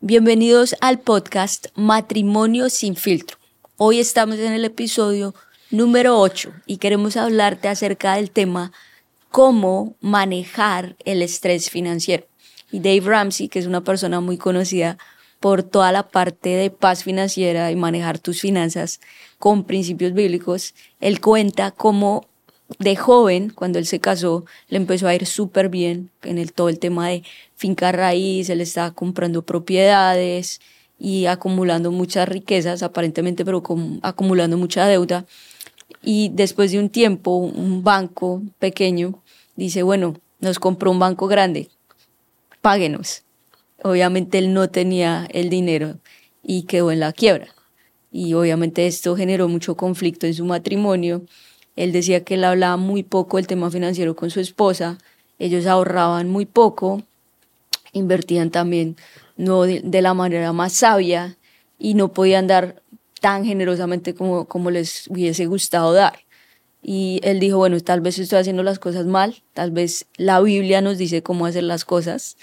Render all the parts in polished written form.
Bienvenidos al podcast Matrimonio sin filtro. Hoy estamos en el episodio número 8 y queremos hablarte acerca del tema cómo manejar el estrés financiero. Y Dave Ramsey, que es una persona muy conocida por toda la parte de paz financiera y manejar tus finanzas con principios bíblicos, él cuenta cómo de joven, cuando él se casó, le empezó a ir súper bien en todo el tema de finca raíz, él estaba comprando propiedades y acumulando muchas riquezas, aparentemente, pero acumulando mucha deuda. Y después de un tiempo, un banco pequeño dice, bueno, nos compró un banco grande, páguenos. Obviamente él no tenía el dinero y quedó en la quiebra. Y obviamente esto generó mucho conflicto en su matrimonio. Él decía que él hablaba muy poco del tema financiero con su esposa, ellos ahorraban muy poco, invertían también no de la manera más sabia y no podían dar tan generosamente como les hubiese gustado dar. Y él dijo, bueno, tal vez estoy haciendo las cosas mal, tal vez la Biblia nos dice cómo hacer las cosas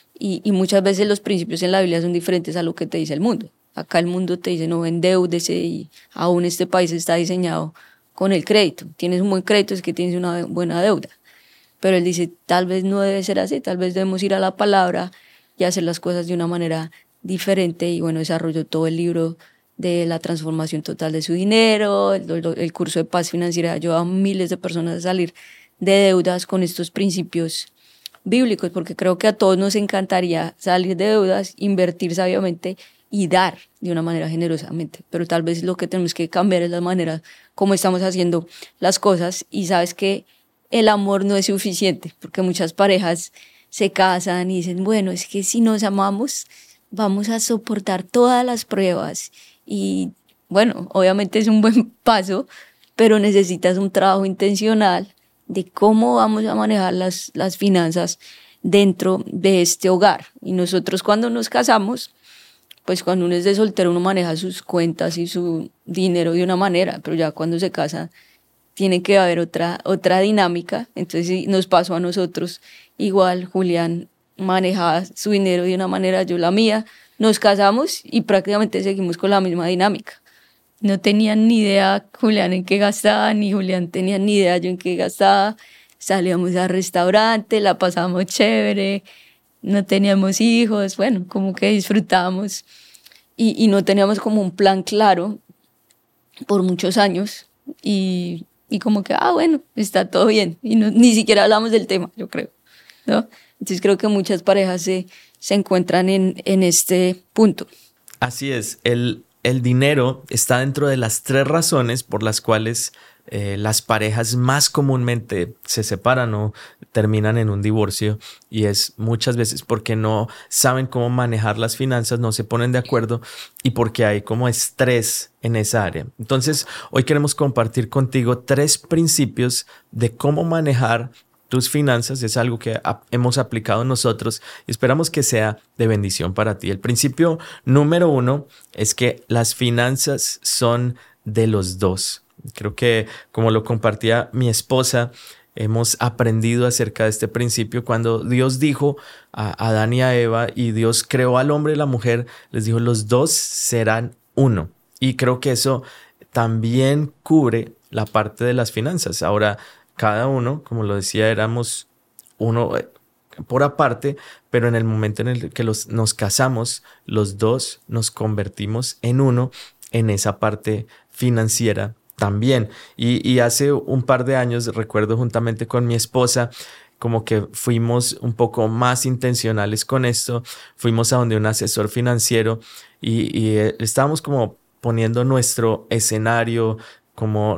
y muchas veces los principios en la Biblia son diferentes a lo que te dice el mundo. Acá el mundo te dice, no, endeúdese y aún este país está diseñado con el crédito. Tienes un buen crédito, es que tienes una buena deuda. Pero él dice, tal vez no debe ser así, tal vez debemos ir a la palabra y hacer las cosas de una manera diferente. Y bueno, desarrolló todo el libro de la transformación total de su dinero, el curso de paz financiera ayuda a miles de personas a salir de deudas con estos principios bíblicos, porque creo que a todos nos encantaría salir de deudas, invertir sabiamente y dar de una manera generosamente, pero tal vez lo que tenemos que cambiar es la manera como estamos haciendo las cosas. Y sabes que el amor no es suficiente, porque muchas parejas se casan y dicen, bueno, es que si nos amamos vamos a soportar todas las pruebas y bueno, obviamente es un buen paso, pero necesitas un trabajo intencional de cómo vamos a manejar las finanzas dentro de este hogar. Y nosotros cuando nos casamos, pues cuando uno es de soltero uno maneja sus cuentas y su dinero de una manera, pero ya cuando se casa tiene que haber otra dinámica. Entonces sí, nos pasó a nosotros igual. Julián manejaba su dinero de una manera, yo la mía. Nos casamos y prácticamente seguimos con la misma dinámica. No tenían ni idea Julián en qué gastaba, ni Julián tenía ni idea yo en qué gastaba. Salíamos al restaurante, la pasábamos chévere, no teníamos hijos, bueno, como que disfrutábamos y no teníamos como un plan claro por muchos años y como que, bueno, está todo bien y ni siquiera hablamos del tema, yo creo, ¿no? Entonces creo que muchas parejas se encuentran en este punto. Así es, el dinero está dentro de las 3 razones por las cuales las parejas más comúnmente se separan o terminan en un divorcio, y es muchas veces porque no saben cómo manejar las finanzas, no se ponen de acuerdo y porque hay como estrés en esa área. Entonces, hoy queremos compartir contigo 3 principios de cómo manejar tus finanzas. Es algo que hemos aplicado nosotros y esperamos que sea de bendición para ti. El principio número 1 es que las finanzas son de los dos. Creo que, como lo compartía mi esposa, hemos aprendido acerca de este principio cuando Dios dijo a Adán y a Eva, y Dios creó al hombre y la mujer, les dijo, los dos serán uno. Y creo que eso también cubre la parte de las finanzas. Ahora, cada uno, como lo decía, éramos uno por aparte, pero en el momento en el que nos casamos, los dos nos convertimos en uno en esa parte financiera también. Y hace un par de años, recuerdo juntamente con mi esposa, como que fuimos un poco más intencionales con esto. Fuimos a donde un asesor financiero y estábamos como poniendo nuestro escenario, como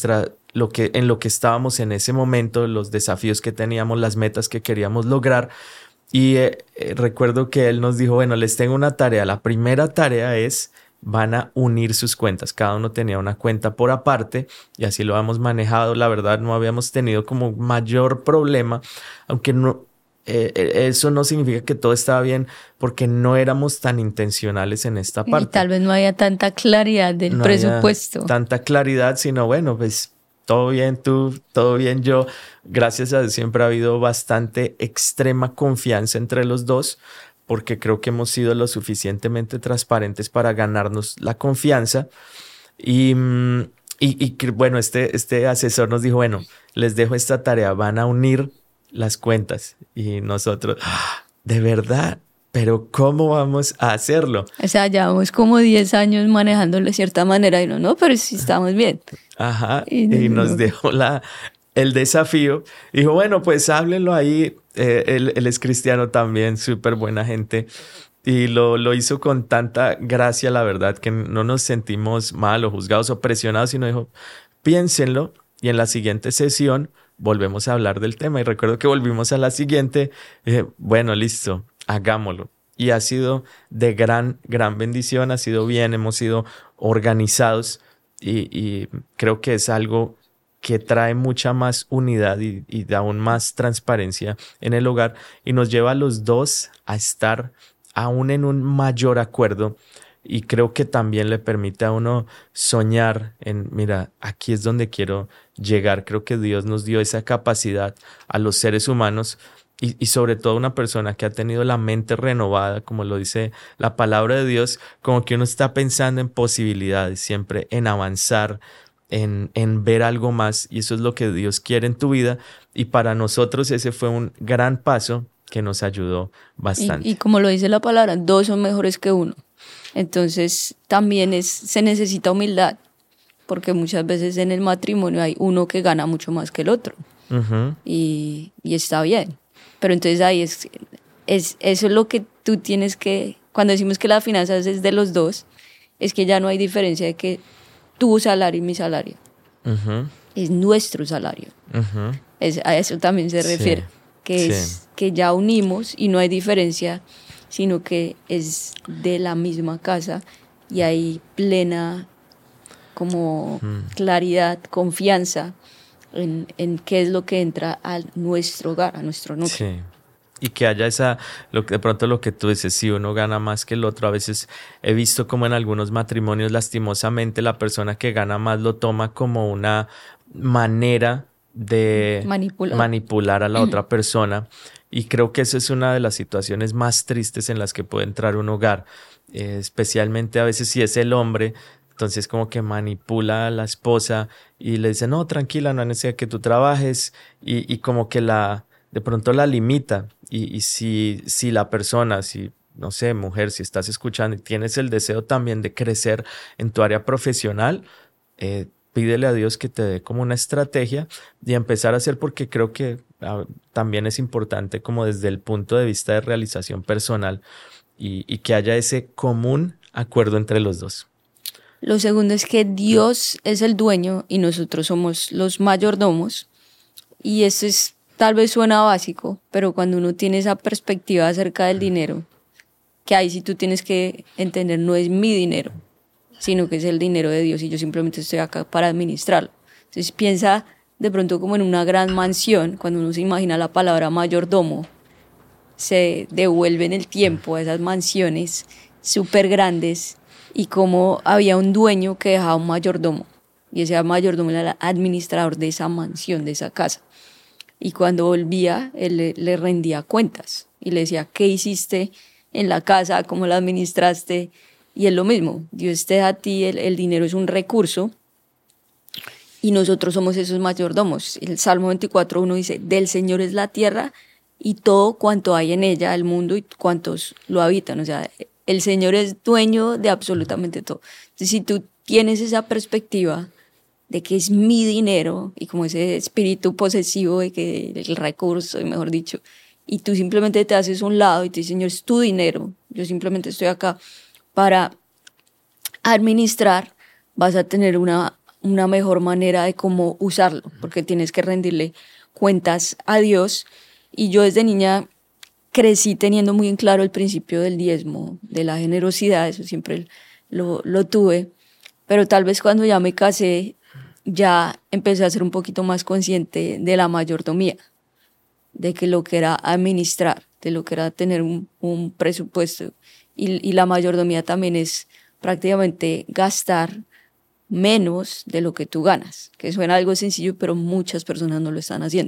en lo que estábamos en ese momento, los desafíos que teníamos, las metas que queríamos lograr. Y recuerdo que él nos dijo, bueno, les tengo una tarea. La primera tarea es, van a unir sus cuentas. Cada uno tenía una cuenta por aparte y así lo hemos manejado. La verdad, no habíamos tenido como mayor problema, aunque no, eso no significa que todo estaba bien, porque no éramos tan intencionales en esta parte. Y tal vez no había tanta claridad del presupuesto. Tanta claridad, sino bueno, pues todo bien tú, todo bien yo. Gracias a Dios siempre ha habido bastante extrema confianza entre los dos, porque creo que hemos sido lo suficientemente transparentes para ganarnos la confianza. Bueno, este asesor nos dijo, bueno, les dejo esta tarea, van a unir las cuentas. Y nosotros, "Ah, ¿de verdad? Pero ¿cómo vamos a hacerlo?" O sea, llevamos como 10 años manejándolo de cierta manera y no, pero sí estamos bien. Ajá, Y y nos no. dejó el desafío. Dijo, bueno, pues háblenlo ahí. Él es cristiano también, súper buena gente. Y lo hizo con tanta gracia, la verdad, que no nos sentimos mal o juzgados o presionados, sino dijo, piénsenlo y en la siguiente sesión volvemos a hablar del tema. Y recuerdo que volvimos a la siguiente, bueno, listo, hagámoslo. Y ha sido de gran bendición, ha sido bien, hemos sido organizados y creo que es algo que trae mucha más unidad y da aún más transparencia en el hogar y nos lleva a los dos a estar aún en un mayor acuerdo y creo que también le permite a uno soñar en, mira, aquí es donde quiero llegar. Creo que Dios nos dio esa capacidad a los seres humanos y sobre todo una persona que ha tenido la mente renovada, como lo dice la palabra de Dios, como que uno está pensando en posibilidades, siempre en avanzar, en ver algo más y eso es lo que Dios quiere en tu vida y para nosotros ese fue un gran paso que nos ayudó Y bastante. como lo dice la palabra, dos son mejores que uno. Entonces también se necesita humildad, porque muchas veces en el matrimonio hay uno que gana mucho más que el otro Ujú, y está bien. Pero entonces ahí eso es lo que tú tienes que, cuando decimos que las finanzas es de los dos, es que ya no hay diferencia de que tu salario y mi salario, ujú, es nuestro salario. ujú. A eso también se Sí, refiere, que sí. es que ya unimos y no hay diferencia, sino que es de la misma casa y hay plena como claridad, confianza en qué es lo que entra a nuestro hogar, a nuestro núcleo. Sí. Y que haya de pronto lo que tú dices, si uno gana más que el otro, a veces he visto como en algunos matrimonios, lastimosamente, la persona que gana más lo toma como una manera de Manipular. manipular a la otra persona. Y creo que esa es una de las situaciones más tristes en las que puede entrar un hogar, especialmente a veces si es el hombre. Entonces como que manipula a la esposa y le dice, no, tranquila, no hay necesidad que tú trabajes y como que de pronto la limita y si la persona, si no sé, mujer, si estás escuchando y tienes el deseo también de crecer en tu área profesional, pídele a Dios que te dé como una estrategia y empezar a hacer porque creo que también es importante como desde el punto de vista de realización personal y que haya ese común acuerdo entre los dos. Lo segundo es que Dios es el dueño y nosotros somos los mayordomos. Y eso tal vez suena básico, pero cuando uno tiene esa perspectiva acerca del dinero, que ahí sí tú tienes que entender, no es mi dinero, sino que es el dinero de Dios y yo simplemente estoy acá para administrarlo. Entonces piensa de pronto como en una gran mansión, cuando uno se imagina la palabra mayordomo, se devuelve en el tiempo a esas mansiones súper grandes y como había un dueño que dejaba un mayordomo y ese mayordomo era el administrador de esa mansión, de esa casa. Y cuando volvía, él le rendía cuentas y le decía, ¿qué hiciste en la casa? ¿Cómo la administraste? Y es lo mismo, Dios te da a ti, el dinero es un recurso y nosotros somos esos mayordomos. El Salmo 24:1 dice, del Señor es la tierra y todo cuanto hay en ella, el mundo y cuantos lo habitan. O sea, el Señor es dueño de absolutamente todo. Entonces, si tú tienes esa perspectiva de que es mi dinero y como ese espíritu posesivo de que el recurso, mejor dicho, y tú simplemente te haces a un lado y te dices, Señor, es tu dinero, yo simplemente estoy acá para administrar, vas a tener una mejor manera de cómo usarlo, porque tienes que rendirle cuentas a Dios. Y yo desde niña crecí teniendo muy en claro el principio del diezmo, de la generosidad, eso siempre lo tuve, pero tal vez cuando ya me casé, ya empecé a ser un poquito más consciente de la mayordomía, de que lo que era administrar, de lo que era tener un presupuesto. Y la mayordomía también es prácticamente gastar menos de lo que tú ganas, que suena algo sencillo, pero muchas personas no lo están haciendo.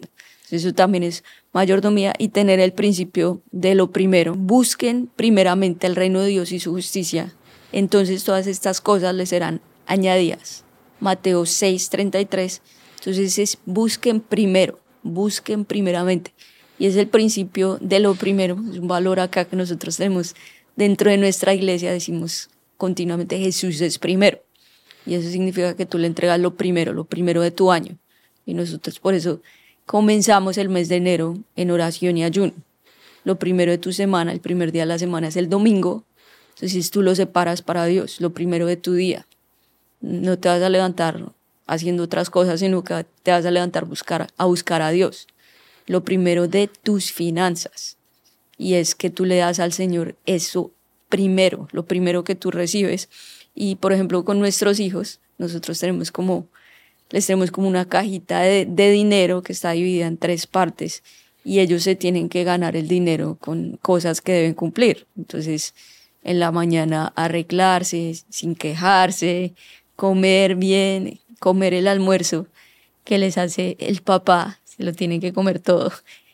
Eso también es mayordomía y tener el principio de lo primero. Busquen primeramente el reino de Dios y su justicia. Entonces todas estas cosas les serán añadidas. Mateo 6:33. Entonces busquen primero, busquen primeramente. Y es el principio de lo primero. Es un valor acá que nosotros tenemos dentro de nuestra iglesia. Decimos continuamente Jesús es primero. Y eso significa que tú le entregas lo primero de tu año. Y nosotros por eso comenzamos el mes de enero en oración y ayuno. Lo primero de tu semana, el primer día de la semana es el domingo. Entonces tú lo separas para Dios, lo primero de tu día. No te vas a levantar haciendo otras cosas, sino que te vas a levantar a buscar a Dios. Lo primero de tus finanzas. Y es que tú le das al Señor eso primero, lo primero que tú recibes. Y por ejemplo con nuestros hijos, nosotros les tenemos como una cajita de dinero que está dividida en 3 partes y ellos se tienen que ganar el dinero con cosas que deben cumplir. Entonces, en la mañana arreglarse sin quejarse, comer bien, comer el almuerzo que les hace el papá, se lo tienen que comer todo.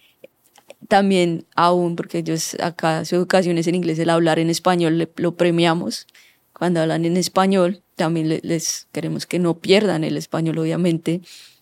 También aún, porque ellos acá su educación es en inglés, el hablar en español lo premiamos. Cuando hablan en español, también les queremos que no pierdan el español, obviamente.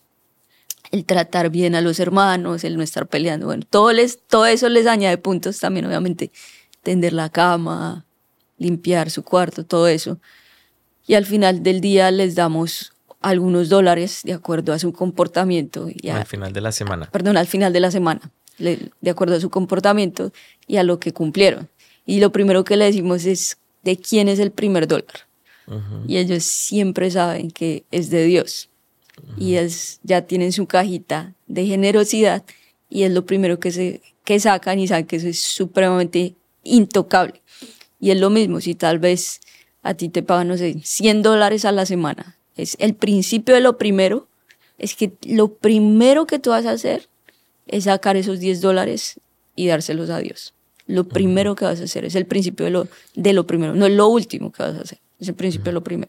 El tratar bien a los hermanos, el no estar peleando. Bueno, todo eso les añade puntos también, obviamente. Tender la cama, limpiar su cuarto, todo eso. Y al final del día les damos algunos dólares de acuerdo a su comportamiento. Al final de la semana. Perdón, al final de la semana. De acuerdo a su comportamiento y a lo que cumplieron. Y lo primero que le decimos es de quién es el primer dólar. Uh-huh. Y ellos siempre saben que es de Dios. Uh-huh. Y ya tienen su cajita de generosidad y es lo primero que sacan y saben que eso es supremamente intocable. Y es lo mismo, si tal vez a ti te pagan, no sé, $100 a la semana. Es el principio de lo primero, es que lo primero que tú vas a hacer es sacar esos $10 y dárselos a Dios. Lo primero que vas a hacer es el principio de lo primero, no es lo último que vas a hacer, es el principio de lo primero.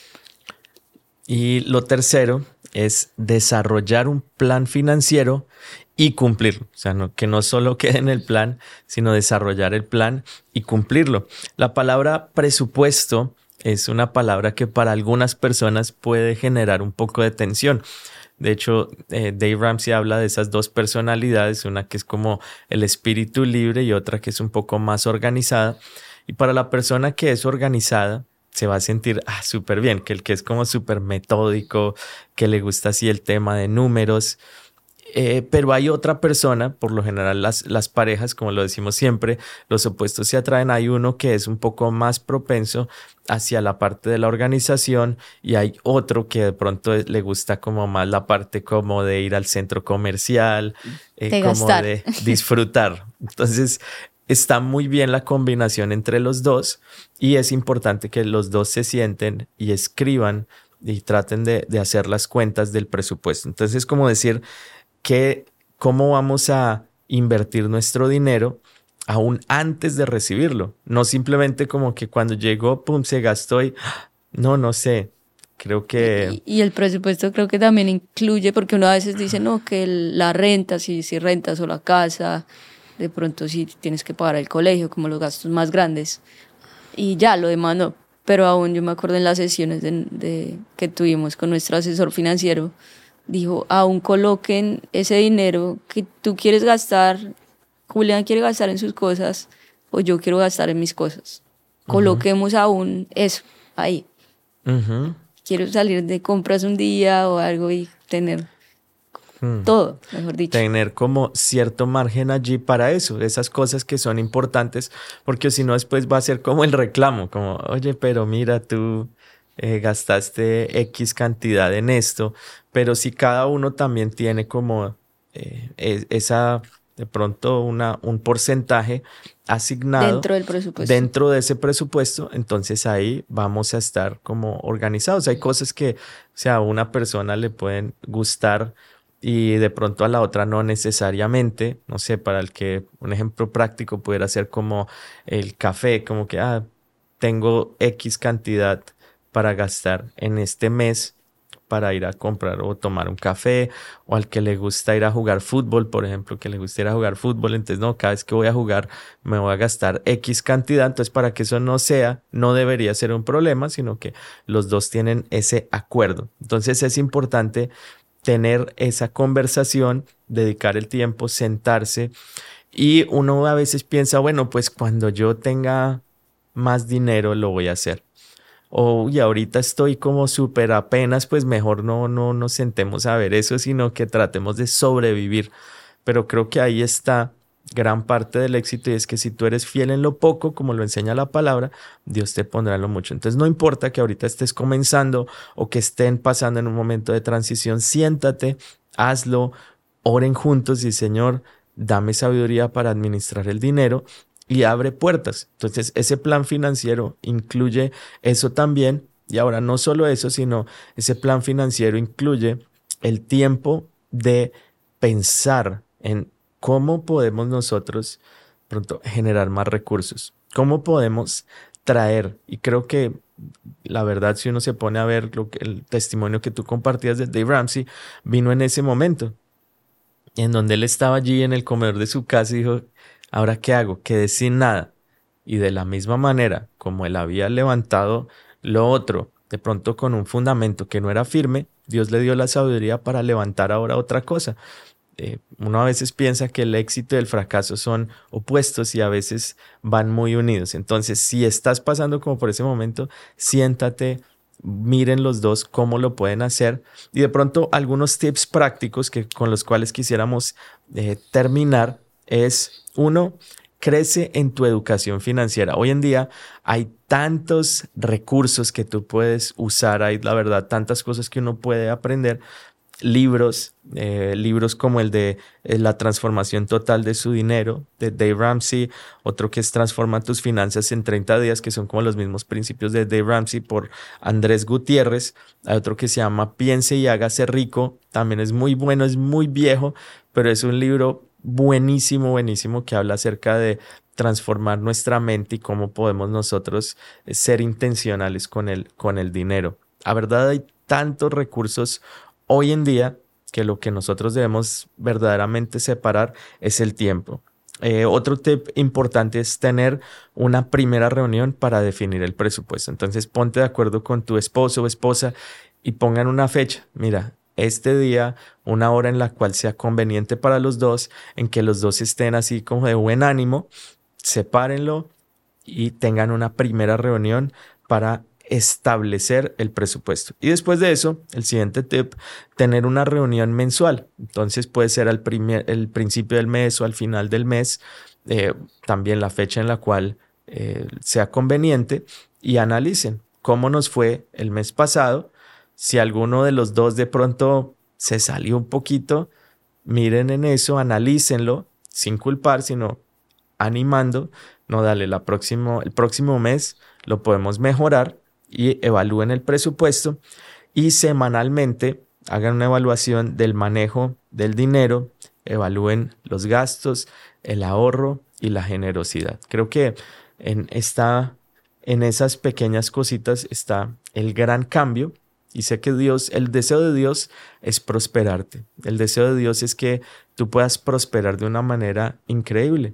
Y lo tercero es desarrollar un plan financiero y cumplirlo. O sea, que no solo quede en el plan, sino desarrollar el plan y cumplirlo. La palabra presupuesto es una palabra que para algunas personas puede generar un poco de tensión. De hecho, Dave Ramsey habla de esas 2 personalidades, una que es como el espíritu libre y otra que es un poco más organizada. Y para la persona que es organizada, se va a sentir súper bien, que el que es como súper metódico, que le gusta así el tema de números. Pero hay otra persona, por lo general las parejas, como lo decimos siempre, los opuestos se atraen. Hay uno que es un poco más propenso hacia la parte de la organización y hay otro que de pronto le gusta como más la parte como de ir al centro comercial, como de disfrutar. Entonces está muy bien la combinación entre los dos y es importante que los dos se sienten y escriban y traten de hacer las cuentas del presupuesto. Entonces es como decir cómo vamos a invertir nuestro dinero aún antes de recibirlo. No simplemente como que cuando llegó, pum, se gastó y no sé. Creo que... Y el presupuesto creo que también incluye, porque uno a veces dice, no, que la renta, si rentas o la casa, de pronto si tienes que pagar el colegio, como los gastos más grandes. Y ya, lo demás no. Pero aún yo me acuerdo en las sesiones que tuvimos con nuestro asesor financiero, dijo, aún coloquen ese dinero que tú quieres gastar, Julián quiere gastar en sus cosas o yo quiero gastar en mis cosas. Coloquemos aún eso ahí. Uh-huh. Quiero salir de compras un día o algo y tener todo, mejor dicho. Tener como cierto margen allí para eso, esas cosas que son importantes, porque si no después va a ser como el reclamo, como, oye, pero mira tú... gastaste X cantidad en esto, pero si cada uno también tiene como esa, de pronto un porcentaje asignado dentro de ese presupuesto, entonces ahí vamos a estar como organizados. Hay cosas que, o sea, a una persona le pueden gustar y de pronto a la otra no necesariamente. No sé, para el que un ejemplo práctico pudiera ser como el café, como que tengo X cantidad para gastar en este mes, para ir a comprar o tomar un café, o al que le gusta ir a jugar fútbol, por ejemplo, que le gusta ir a jugar fútbol, entonces no, cada vez que voy a jugar me voy a gastar X cantidad, entonces para que eso no debería ser un problema, sino que los dos tienen ese acuerdo. Entonces es importante tener esa conversación, dedicar el tiempo, sentarse, y uno a veces piensa, bueno, pues cuando yo tenga más dinero lo voy a hacer. O y ahorita estoy como súper apenas, pues mejor no nos sentemos a ver eso, sino que tratemos de sobrevivir. Pero creo que ahí está gran parte del éxito, y es que si tú eres fiel en lo poco, como lo enseña la palabra, Dios te pondrá en lo mucho. Entonces no importa que ahorita estés comenzando o que estén pasando en un momento de transición, siéntate, hazlo, oren juntos y Señor, dame sabiduría para administrar el dinero y abre puertas. Entonces ese plan financiero incluye eso también, y ahora no solo eso, sino ese plan financiero incluye el tiempo de pensar en cómo podemos nosotros pronto generar más recursos, cómo podemos traer. Y creo que la verdad, si uno se pone a ver el testimonio que tú compartías de Dave Ramsey, vino en ese momento en donde él estaba allí en el comedor de su casa y dijo, ¿ahora qué hago? Quedé sin nada. Y de la misma manera como él había levantado lo otro, de pronto con un fundamento que no era firme, Dios le dio la sabiduría para levantar ahora otra cosa. Uno a veces piensa que el éxito y el fracaso son opuestos y a veces van muy unidos. Entonces, si estás pasando como por ese momento, siéntate, miren los dos cómo lo pueden hacer, y de pronto algunos tips prácticos con los cuales quisiéramos terminar es: uno, crece en tu educación financiera. Hoy en día hay tantos recursos que tú puedes usar, hay la verdad tantas cosas que uno puede aprender. Libros como el de La transformación total de su dinero, de Dave Ramsey, otro que es Transforma tus finanzas en 30 días, que son como los mismos principios de Dave Ramsey, por Andrés Gutiérrez. Hay otro que se llama Piense y hágase rico, también es muy bueno, es muy viejo, pero es un libro buenísimo, buenísimo, que habla acerca de transformar nuestra mente y cómo podemos nosotros ser intencionales con el dinero. La verdad, hay tantos recursos hoy en día que lo que nosotros debemos verdaderamente separar es el tiempo. Otro tip importante es tener una primera reunión para definir el presupuesto. Entonces ponte de acuerdo con tu esposo o esposa y pongan una fecha. Mira, este día, una hora en la cual sea conveniente para los dos, en que los dos estén así como de buen ánimo, sepárenlo y tengan una primera reunión para establecer el presupuesto. Y después de eso, el siguiente tip, tener una reunión mensual. Entonces puede ser el principio del mes o al final del mes, también la fecha en la cual sea conveniente, y analicen cómo nos fue el mes pasado. Si alguno de los dos de pronto se salió un poquito, miren en eso, analícenlo sin culpar, sino animando. No, dale, el próximo mes lo podemos mejorar, y evalúen el presupuesto, y semanalmente hagan una evaluación del manejo del dinero, evalúen los gastos, el ahorro y la generosidad. Creo que en esas pequeñas cositas está el gran cambio, y sé que el deseo de Dios es prosperarte. El deseo de Dios es que tú puedas prosperar de una manera increíble.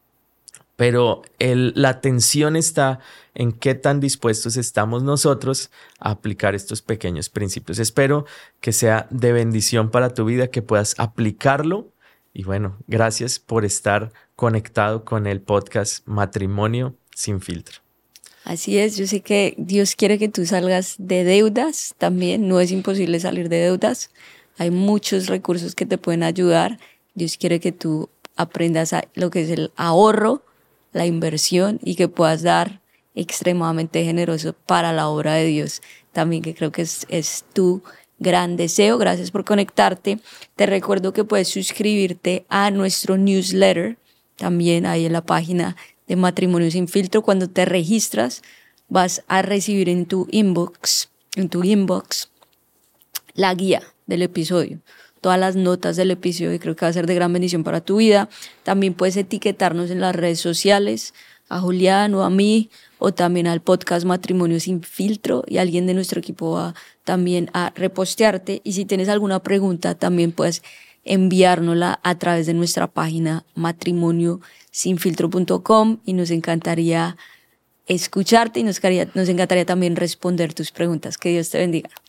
Pero la tensión está en qué tan dispuestos estamos nosotros a aplicar estos pequeños principios. Espero que sea de bendición para tu vida, que puedas aplicarlo. Y bueno, gracias por estar conectado con el podcast Matrimonio Sin Filtro. Así es, yo sé que Dios quiere que tú salgas de deudas también. No es imposible salir de deudas. Hay muchos recursos que te pueden ayudar. Dios quiere que tú aprendas lo que es el ahorro, la inversión, y que puedas dar extremadamente generoso para la obra de Dios también, que creo que es tu gran deseo. Gracias por conectarte. Te recuerdo que puedes suscribirte a nuestro newsletter también ahí en la página de Matrimonio Sin Filtro. Cuando te registras vas a recibir en tu inbox la guía del episodio, todas las notas del episodio, y creo que va a ser de gran bendición para tu vida. También puedes etiquetarnos en las redes sociales, a Julián o a mí, o también al podcast Matrimonio Sin Filtro, y alguien de nuestro equipo va también a repostearte. Y si tienes alguna pregunta, también puedes enviárnosla a través de nuestra página matrimoniosinfiltro.com, y nos encantaría escucharte y nos encantaría también responder tus preguntas. Que Dios te bendiga.